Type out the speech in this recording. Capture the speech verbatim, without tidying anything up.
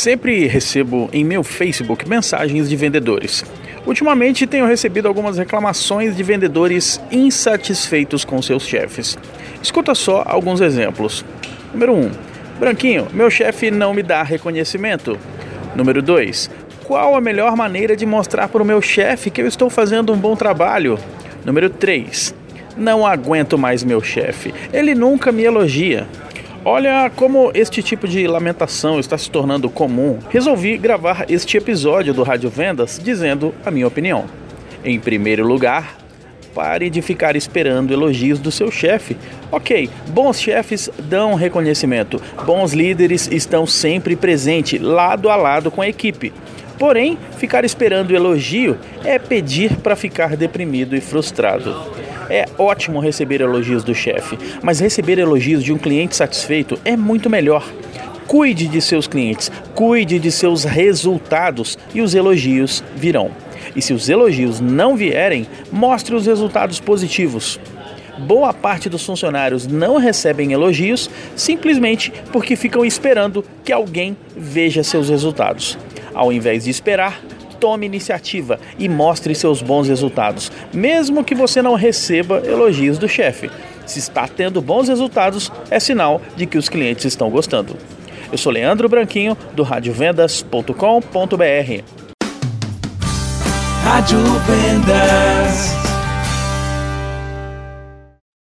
Sempre recebo em meu Facebook mensagens de vendedores. Ultimamente tenho recebido algumas reclamações de vendedores insatisfeitos com seus chefes. Escuta só alguns exemplos. Número um. Branquinho, meu chefe não me dá reconhecimento. Número dois. Qual a melhor maneira de mostrar para o meu chefe que eu estou fazendo um bom trabalho? Número três. Não aguento mais meu chefe. Ele nunca me elogia. Olha como este tipo de lamentação está se tornando comum. Resolvi gravar este episódio do Rádio Vendas dizendo a minha opinião. Em primeiro lugar, pare de ficar esperando elogios do seu chefe. Ok, bons chefes dão reconhecimento. Bons líderes estão sempre presentes, lado a lado com a equipe. Porém, ficar esperando elogio é pedir para ficar deprimido e frustrado. É ótimo receber elogios do chefe, mas receber elogios de um cliente satisfeito é muito melhor. Cuide de seus clientes, cuide de seus resultados e os elogios virão. E se os elogios não vierem, mostre os resultados positivos. Boa parte dos funcionários não recebem elogios simplesmente porque ficam esperando que alguém veja seus resultados. Ao invés de esperar, tome iniciativa e mostre seus bons resultados, mesmo que você não receba elogios do chefe. Se está tendo bons resultados, é sinal de que os clientes estão gostando. Eu sou Leandro Branquinho, do rádio vendas ponto com ponto br. Rádio Vendas.